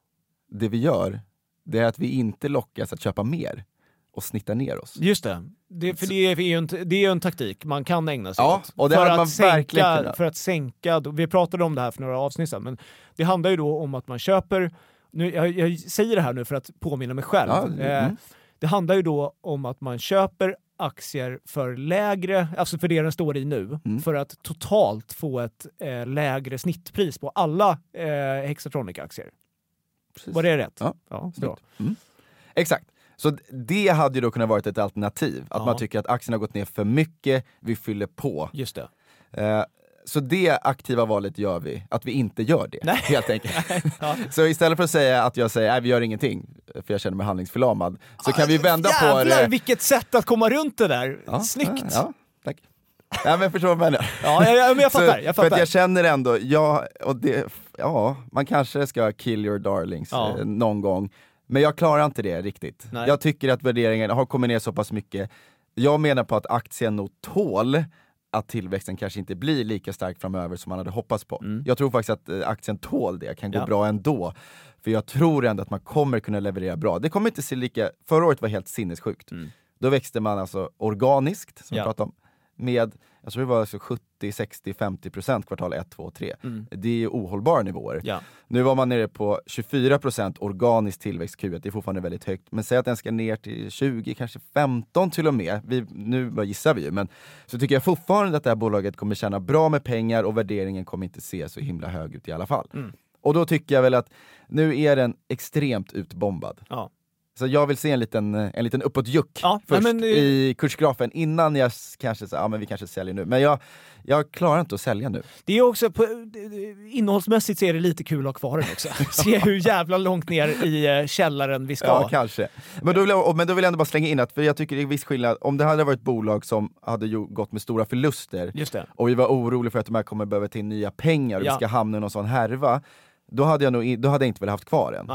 det vi gör, det är att vi inte lockas att köpa mer och snitta ner oss. Just det. det för det är ju en, det är ju en taktik man kan ägna sig Ja, åt. och det för, hade att man verkligen sänka, kunnat. för att sänka, vi pratade om det här för några avsnitt sedan, men det handlar ju då om att man köper, nu, jag, jag säger det här nu för att påminna mig själv. Ja, Eh, mm. Det handlar ju då om att man köper aktier för lägre, alltså för det den står i nu, Mm. för att totalt få ett eh, lägre snittpris på alla eh, Hexatronic-aktier. Precis. Var det rätt? Ja. Ja, Snyggt. bra. Mm. Exakt. Så d- det hade ju då kunnat vara ett alternativ. Att Ja. man tycker att aktien har gått ner för mycket, vi fyller på. Just det. Eh, så det aktiva valet gör vi, att vi inte gör det. Nej. Helt enkelt. Ja. Så istället för att säga att jag säger nej vi gör ingenting, för jag känner mig handlingsförlamad, så kan vi vända på Jävlar, det. vilket sätt att komma runt det där. Ja, Snyggt! Ja, ja, tack. Ja, men förstår vad jag menar. Ja, ja, ja, men jag fattar. Så, Jag För fattar. att jag känner ändå, ja, och det, ja, man kanske ska kill your darlings Ja. eh, någon gång. Men jag klarar inte det riktigt. Nej. Jag tycker att värderingen har kommit ner så pass mycket. Jag menar på att aktien nog tål att tillväxten kanske inte blir lika stark framöver som man hade hoppats på. Mm. Jag tror faktiskt att eh, aktien tål det, kan gå Ja. bra ändå. För jag tror ändå att man kommer kunna leverera bra. Det kommer inte se lika, förra året var helt sinnessjukt. Mm. Då växte man alltså organiskt, som Ja. vi pratade om, med, jag tror det var alltså sjuttio, sextio, femtio procent kvartal ett, två, tre. Mm. Det är ju ohållbara nivåer. Ja. Nu var man nere på tjugofyra procent organisk tillväxt Q ett, det är fortfarande väldigt högt. Men säg att den ska ner till tjugo, kanske femton till och med. Vi, nu bara gissar vi ju, men så tycker jag fortfarande att det här bolaget kommer tjäna bra med pengar och värderingen kommer inte se så himla hög ut i alla fall. Mm. Och då tycker jag väl att nu är den extremt utbombad. Ja. Så jag vill se en liten, en liten uppåtjuck Ja, först nej, men, eh, i kursgrafen innan jag s- kanske säger, ja men vi kanske säljer nu. Men jag, jag klarar inte att sälja nu. Det är också, på, innehållsmässigt så är det lite kul att ha kvar den också. Se hur jävla långt ner i eh, källaren vi ska. Ja, kanske. Men då, vill jag, men då vill jag ändå bara slänga in att, för jag tycker det är viss skillnad, om det hade varit ett bolag som hade ju gått med stora förluster Just det. och vi var oroliga för att de här kommer behöva ta in nya pengar och Ja. vi ska hamna i någon sån härva, då hade jag, nog, i- då hade jag inte velat haft kvar den. Nej.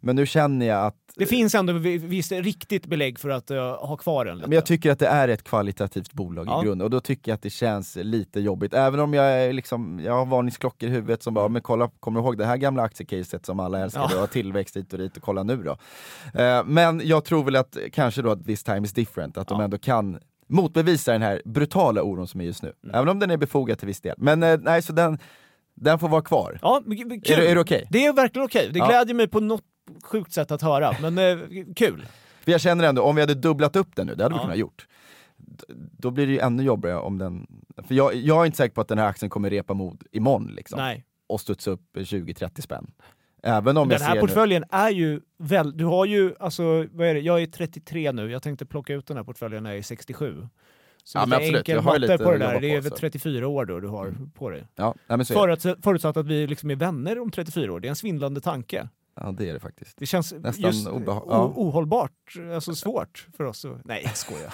Men nu känner jag att... Det finns ändå visst riktigt belägg för att uh, ha kvar den lite. Men jag tycker att det är ett kvalitativt bolag ja. i grund. Och då tycker jag att det känns lite jobbigt. Även om jag är liksom, jag har varningsklockor i huvudet som bara, men kolla, kommer du ihåg det här gamla aktiecaset som alla älskade? Ja. Och tillväxt hit och dit och kolla nu då. Uh, men jag tror väl att kanske då att this time is different. Att ja. de ändå kan motbevisa den här brutala oron som är just nu. Mm. Även om den är befogad till viss del. Men uh, nej, så den, den får vara kvar. Ja, men, kul. Är, är det okej? Okay? Det är verkligen okej. Okay. Det ja. glädjer mig på något sjukt sätt att höra, men eh, kul. För jag känner ändå, om vi hade dubblat upp den nu, det hade ja. vi kunnat gjort. D- då blir det ju ännu jobbigare om den... För jag, jag är inte säker på att den här aktien kommer repa mod imorgon liksom. Nej. Och studsa upp tjugo trettio spänn. Även om den jag här ser portföljen nu... är ju väl... Du har ju, alltså, vad är det? Jag är trettiotre nu. Jag tänkte plocka ut den här portföljen när jag är sextiosju. Så ja, men absolut. Enkel jag har matte på det där. På, det är väl trettiofyra år då du har mm. på dig. Ja, nej, men så Förut, förutsatt att vi liksom är vänner om trettiofyra år. Det är en svindlande tanke. Ja, det är det faktiskt. Det känns nästan just obeha- ja. o- ohållbart, alltså svårt för oss. Att... Nej, jag skojar.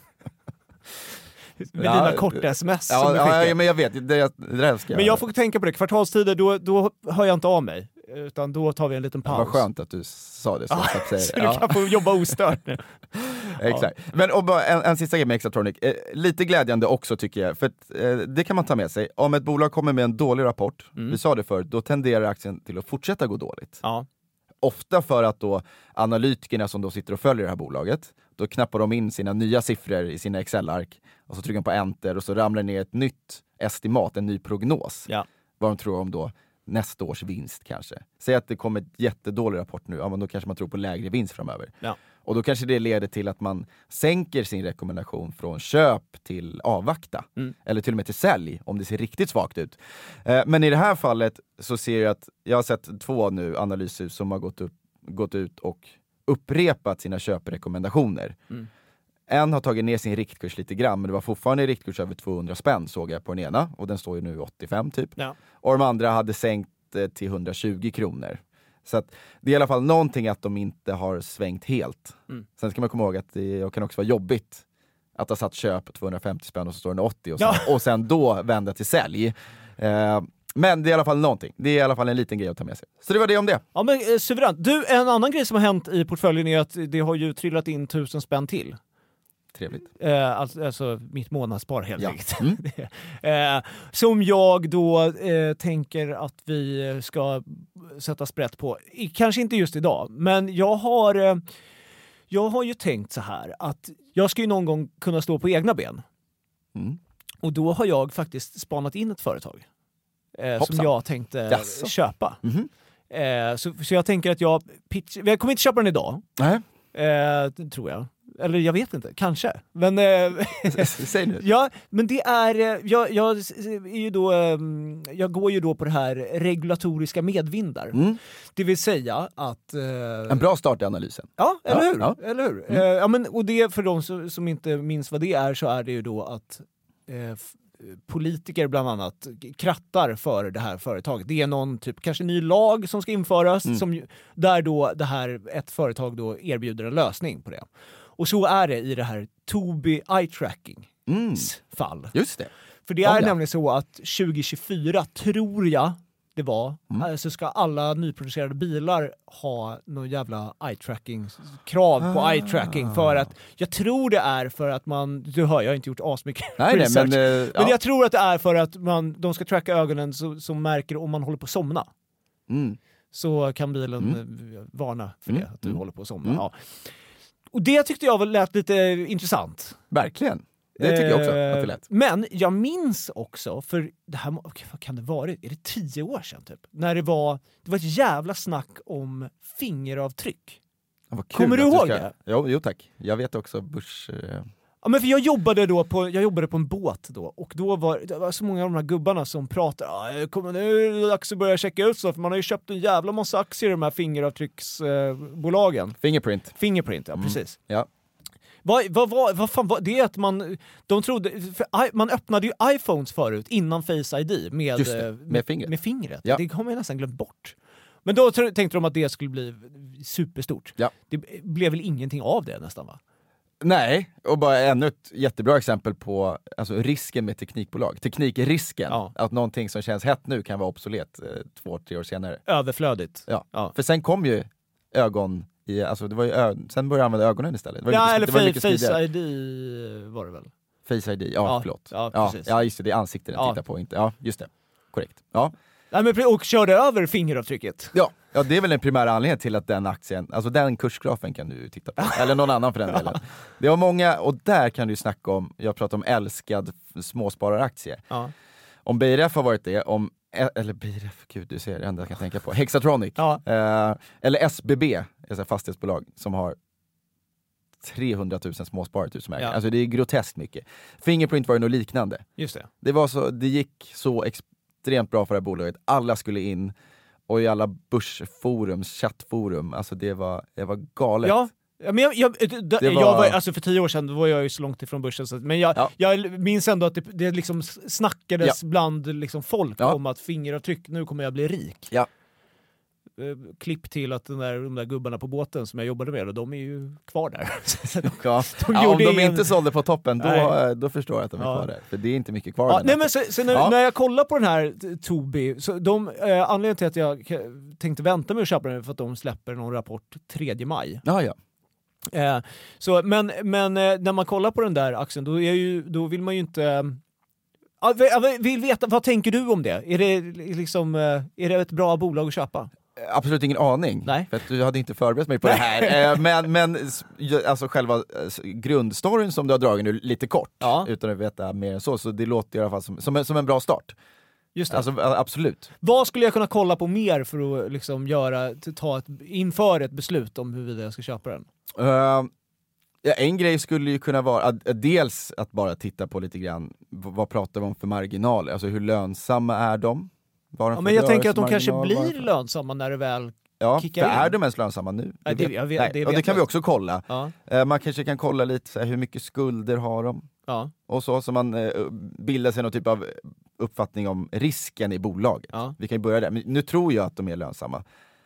Med ja, dina korta sms. Ja, ja, ja, men jag vet. Det, det, det älskar jag. Men jag får tänka på det. Kvartalstider, då, då hör jag inte av mig. Utan då tar vi en liten paus. Ja, vad skönt att du sa det. Så, ja, att säga. så du kan få jobba ostört nu. Exakt. Ja. Men och bara en, en sista grej med Exatronic. Eh, lite glädjande också tycker jag. För att, eh, det kan man ta med sig. Om ett bolag kommer med en dålig rapport, mm. vi sa det förut, då tenderar aktien till att fortsätta gå dåligt. Ja. Ofta för att då analytikerna som då sitter och följer det här bolaget, då knappar de in sina nya siffror i sina Excel-ark och så trycker de på enter och så ramlar ner ett nytt estimat, en ny prognos. Ja. Vad de tror om då nästa års vinst kanske. Säg att det kommer ett jättedålig rapport nu, ja, men då kanske man tror på lägre vinst framöver. Ja. Och då kanske det leder till att man sänker sin rekommendation från köp till avvakta. Mm. Eller till och med till sälj om det ser riktigt svagt ut. Eh, men i det här fallet så ser jag att jag har sett två nu analyser som har gått, upp, gått ut och upprepat sina köprekommendationer. Mm. En har tagit ner sin riktkurs lite grann, men det var fortfarande en riktkurs över tvåhundra spänn såg jag på den ena. Och den står ju nu åttiofem typ. Ja. Och de andra hade sänkt eh, till hundratjugo kronor. Så att det är i alla fall någonting att de inte har svängt helt. Mm. Sen ska man komma ihåg att det kan också vara jobbigt att ha satt köp på tvåhundrafemtio spänn och så står den åttio och sen, ja. och sen då vända till sälj. Eh, men det är i alla fall någonting. Det är i alla fall en liten grej att ta med sig. Så det var det om det. Ja, men eh, suveränt. Du, en annan grej som har hänt i portföljen är att det har ju trillat in tusen spänn till. Trevligt. Eh, alltså, alltså mitt månadsspar helt ja. enkelt. Mm. eh, som jag då eh, tänker att vi ska sätta sprätt på. I, kanske inte just idag, men jag har, eh, jag har ju tänkt så här att jag ska ju någon gång kunna stå på egna ben. Mm. Och då har jag faktiskt spanat in ett företag eh, som jag tänkte Jaså. köpa. Mm-hmm. Eh, så, så jag tänker att jag pitch, jag kommer inte köpa den idag. Nej. Eh, tror jag. Eller jag vet inte, kanske. Men, eh, Säg nu. Ja, men det är, jag, jag, är ju då, jag går ju då på det här regulatoriska medvindar. Mm. Det vill säga att... Eh, en bra start i analysen. Ja, eller ja, hur? Ja. Eller hur? Mm. Eh, ja, men, och det för de som, som inte minns vad det är så är det ju då att eh, f- politiker bland annat krattar för det här företaget. Det är någon typ, kanske ny lag som ska införas mm. som, där då det här, ett företag då erbjuder en lösning på det. Och så är det i det här Tobii Eye Trackings mm. fall. Just det. För det är ja, nämligen så att tjugo tjugofyra tror jag det var, mm. alltså ska alla nyproducerade bilar ha någon jävla eye-tracking-krav på ah. eye-tracking för att, jag tror det är för att man, du hör, jag har inte gjort asmycket nej, research, nej, men, uh, men ja. jag tror att det är för att man, de ska tracka ögonen som så märker om man håller på att somna. Mm. Så kan bilen mm. varna för det, att du mm. håller på att somna. Mm. Ja. Och det tyckte jag väl lät lite intressant. Verkligen. Det tycker jag också att det lät. Men jag minns också, för det här, vad kan det vara? Är det tio år sedan typ? När det var, det var ett jävla snack om fingeravtryck. Ja, kommer du ihåg ska... det? Jo, jo tack. Jag vet också Bush... Ja, men för jag jobbade då på, jag jobbade på en båt då, och då var det var så många av de här gubbarna som pratade, ah, kommer nu är det dags att börja checka ut så, för man har ju köpt en jävla massa aktier i de här fingeravtrycksbolagen. Eh, Fingerprint. Fingerprint, ja mm. precis. Ja. Vad, vad, vad, vad fan var det? Är att man, de trodde, för man öppnade ju iPhones förut innan Face I D med, det, med, med, fingret. med fingret. Ja. Det har man ju nästan glömt bort. Men då tänkte de att det skulle bli superstort. Ja. Det blev väl ingenting av det nästan, va? Nej, och bara ännu ett jättebra exempel på alltså, risken med teknikbolag. Teknikrisken. Ja. Att någonting som känns hett nu kan vara obsolet eh, två, tre år senare. Överflödigt. Ja. Ja. För sen kom ju ögon i, alltså det var ju ö, sen började jag använda ögonen istället. Det var Ja, mycket, eller det var fa- mycket Face I D var det väl? Face I D, ja, Ja, förlåt. ja, Ja, precis. ja, just det, det är ansikten jag Ja. tittar på, inte. Ja, just det. Korrekt. Ja. Nej, men, och körde över fingeravtrycket. Ja. ja, det är väl den primära anledningen till att den aktien, alltså den kursgrafen kan du titta på. Eller någon annan för den delen. Det var många, och där kan du snacka om, jag pratar om älskad småspararaktie. Ja. Om B R F har varit det, om, eller B R F, gud du ser det enda jag kan tänka på. Hexatronic. Ja. Eh, eller S B B, ett fastighetsbolag som har trehundratusen småsparare som äger. Ja. Alltså det är groteskt mycket. Fingerprint var ju något liknande. Just det. Det, var så, det gick så extremt bra för det här bolaget. Alla skulle in, och i alla börsforum, chattforum, alltså det var, det var galet. Ja. Ja, men jag, jag, d- Det var- jag var, alltså för tio år sedan då var jag ju så långt ifrån börsen, så, men jag, Ja. jag minns ändå att det, det liksom snackades bland liksom folk Ja. om att fingeravtryck, nu kommer jag bli rik. Ja. Eh, Klipp till att den där, de där gubbarna på båten som jag jobbade med, de är ju kvar där. Så de, Ja. de Ja, om gjorde de ingen- inte sålde på toppen, då, Nej. då förstår jag att de är Ja. kvar där. För det är inte mycket kvar. Ja, den nej, här men så, så när, Ja. när jag kollar på den här t- Tobii, så de, eh, anledningen till att jag k- tänkte vänta med att köpa den är för att de släpper någon rapport tredje maj. Ja, ja. Eh, så, men men eh, när man kollar på den där aktien, då, är ju, då vill man ju inte... Eh, ja, vi- jag vill veta, vad tänker du om det? Är det, liksom, eh, är det ett bra bolag att köpa? Absolut ingen aning, Nej. för att du hade inte förberett mig på det här. Eh, men men s- ju- alltså själva eh, grundstoryn som du har dragit nu lite kort, Ja. utan att veta mer än så, så det låter i alla fall som, som, en, som en bra start. Just det. Alltså a- absolut. Vad skulle jag kunna kolla på mer för att liksom göra, ta ett, inför ett beslut om huruvida jag ska köpa den? Uh, ja, en grej skulle ju kunna vara att, att dels att bara titta på lite grann, v- vad pratar vi om för marginaler, alltså hur lönsamma är de? Vad har de Ja, för men jag tänker att de kanske rörelsemarginal? Vad har de blir för- lönsamma när det väl... Ja, för kickar in. är de ens lönsamma nu? Nej, det- jag vet- Nej. det och det vet kan jag vi inte. också kolla. Ja, Eh, man kanske kan kolla lite så här, hur mycket skulder har de? ja, Och så, så man eh, bildar sig någon typ av uppfattning om risken i bolaget. ja. Vi kan ju börja där. Men nu tror jag att de är lönsamma.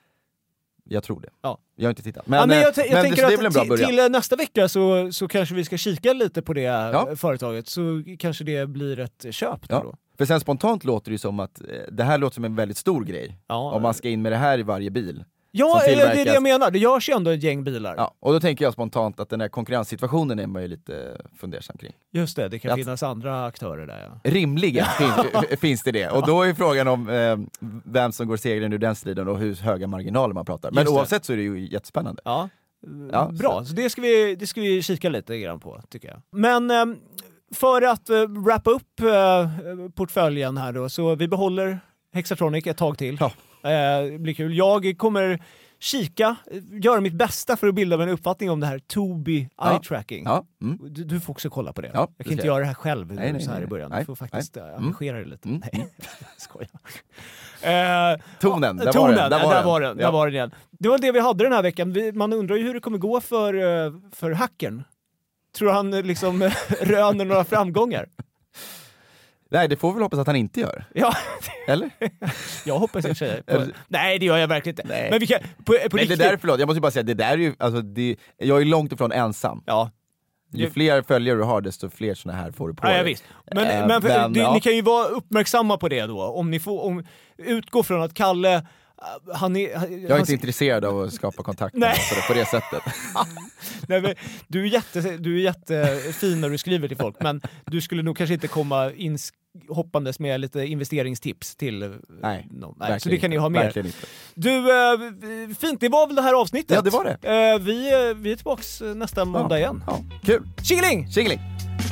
Jag tror det. Ja. Jag har inte tittat. Men, ja, men eh, jag, t- jag men tänker det, det är väl en att bra till, början. till eh, nästa vecka så, så kanske vi ska kika lite på det Ja. företaget, så kanske det blir ett köp då. Ja. då. För sen spontant låter det ju som att eh, det här låter som en väldigt stor grej. Ja, Om man ska in med det här i varje bil. ja som eller det är det tillverkas. jag menar. Det görs ju ändå ett gäng bilar. Ja, och då tänker jag spontant att den här konkurrenssituationen är man ju lite fundersam kring. Just det, det kan Jag- finnas andra aktörer där. Ja. Rimligen finns, finns det det. Och då är frågan om eh, vem som går segrande ur den striden och hur höga marginaler man pratar. Men Just det. oavsett så är det ju jättespännande. Ja. Ja, Bra, så det ska, vi, det ska vi kika lite grann på, tycker jag. Men eh, för att eh, wrappa upp eh, portföljen här då, så vi behåller Hexatronic ett tag till. Ja. Eh, det blir kul. Jag kommer kika, eh, göra mitt bästa för att bilda mig en uppfattning om det här Tobii Ja. eye tracking. Ja, mm. Du, du får också kolla på det. Ja, jag det kan inte ska jag. göra det här själv Nej, nej, så här nej, i början. nej. Du får faktiskt Nej. eh, Mm. engagera dig lite. Mm. Nej, skojar. Eh, Tonen, där var Tonen, den. Där ja, var där den. var den. Där Ja. var den igen. Det var det vi hade den här veckan. Vi, man undrar ju hur det kommer gå för, eh, för hackern. Tror han eh, liksom eh, röner några framgångar? Nej, det får vi väl hoppas att han inte gör. Ja, Eller? jag hoppas i och för sig. På, Eller- nej, det gör jag verkligen inte. Nej. Men vi kan, på, på Nej, det riktigt. där, förlåt, jag måste bara säga, det där är ju, alltså, det, jag är långt ifrån ensam. Ja, Ju Det- fler följare du har, desto fler såna här får du på ja, ja dig. visst. Men, Eh, men, för, men, det, ja. ni kan ju vara uppmärksamma på det då. Om ni får, om, utgå från att Kalle, eh, han är... Han, Jag är inte intresserad av att skapa kontakt med Nej. någon på det sättet. Nej, men du, är jätte, du är jättefin när du skriver till folk, men du skulle nog kanske inte komma in hoppandes med lite investeringstips till Nej, någon. Nej, så verkligen det kan ni inte. ha med. Verkligen inte. Du, eh, fint, det var väl det här avsnittet? Ja, det var det. Eh, vi, eh, vi är tillbaks nästa måndag igen. Ja, kul! Tjingeling! Tjingeling!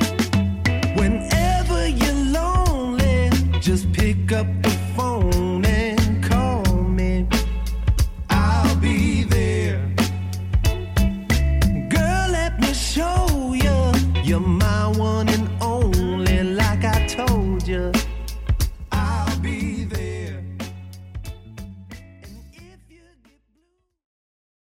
Whenever you're lonely, just pick up the phone and call me. I'll be there. Girl, let me show you, you're my one and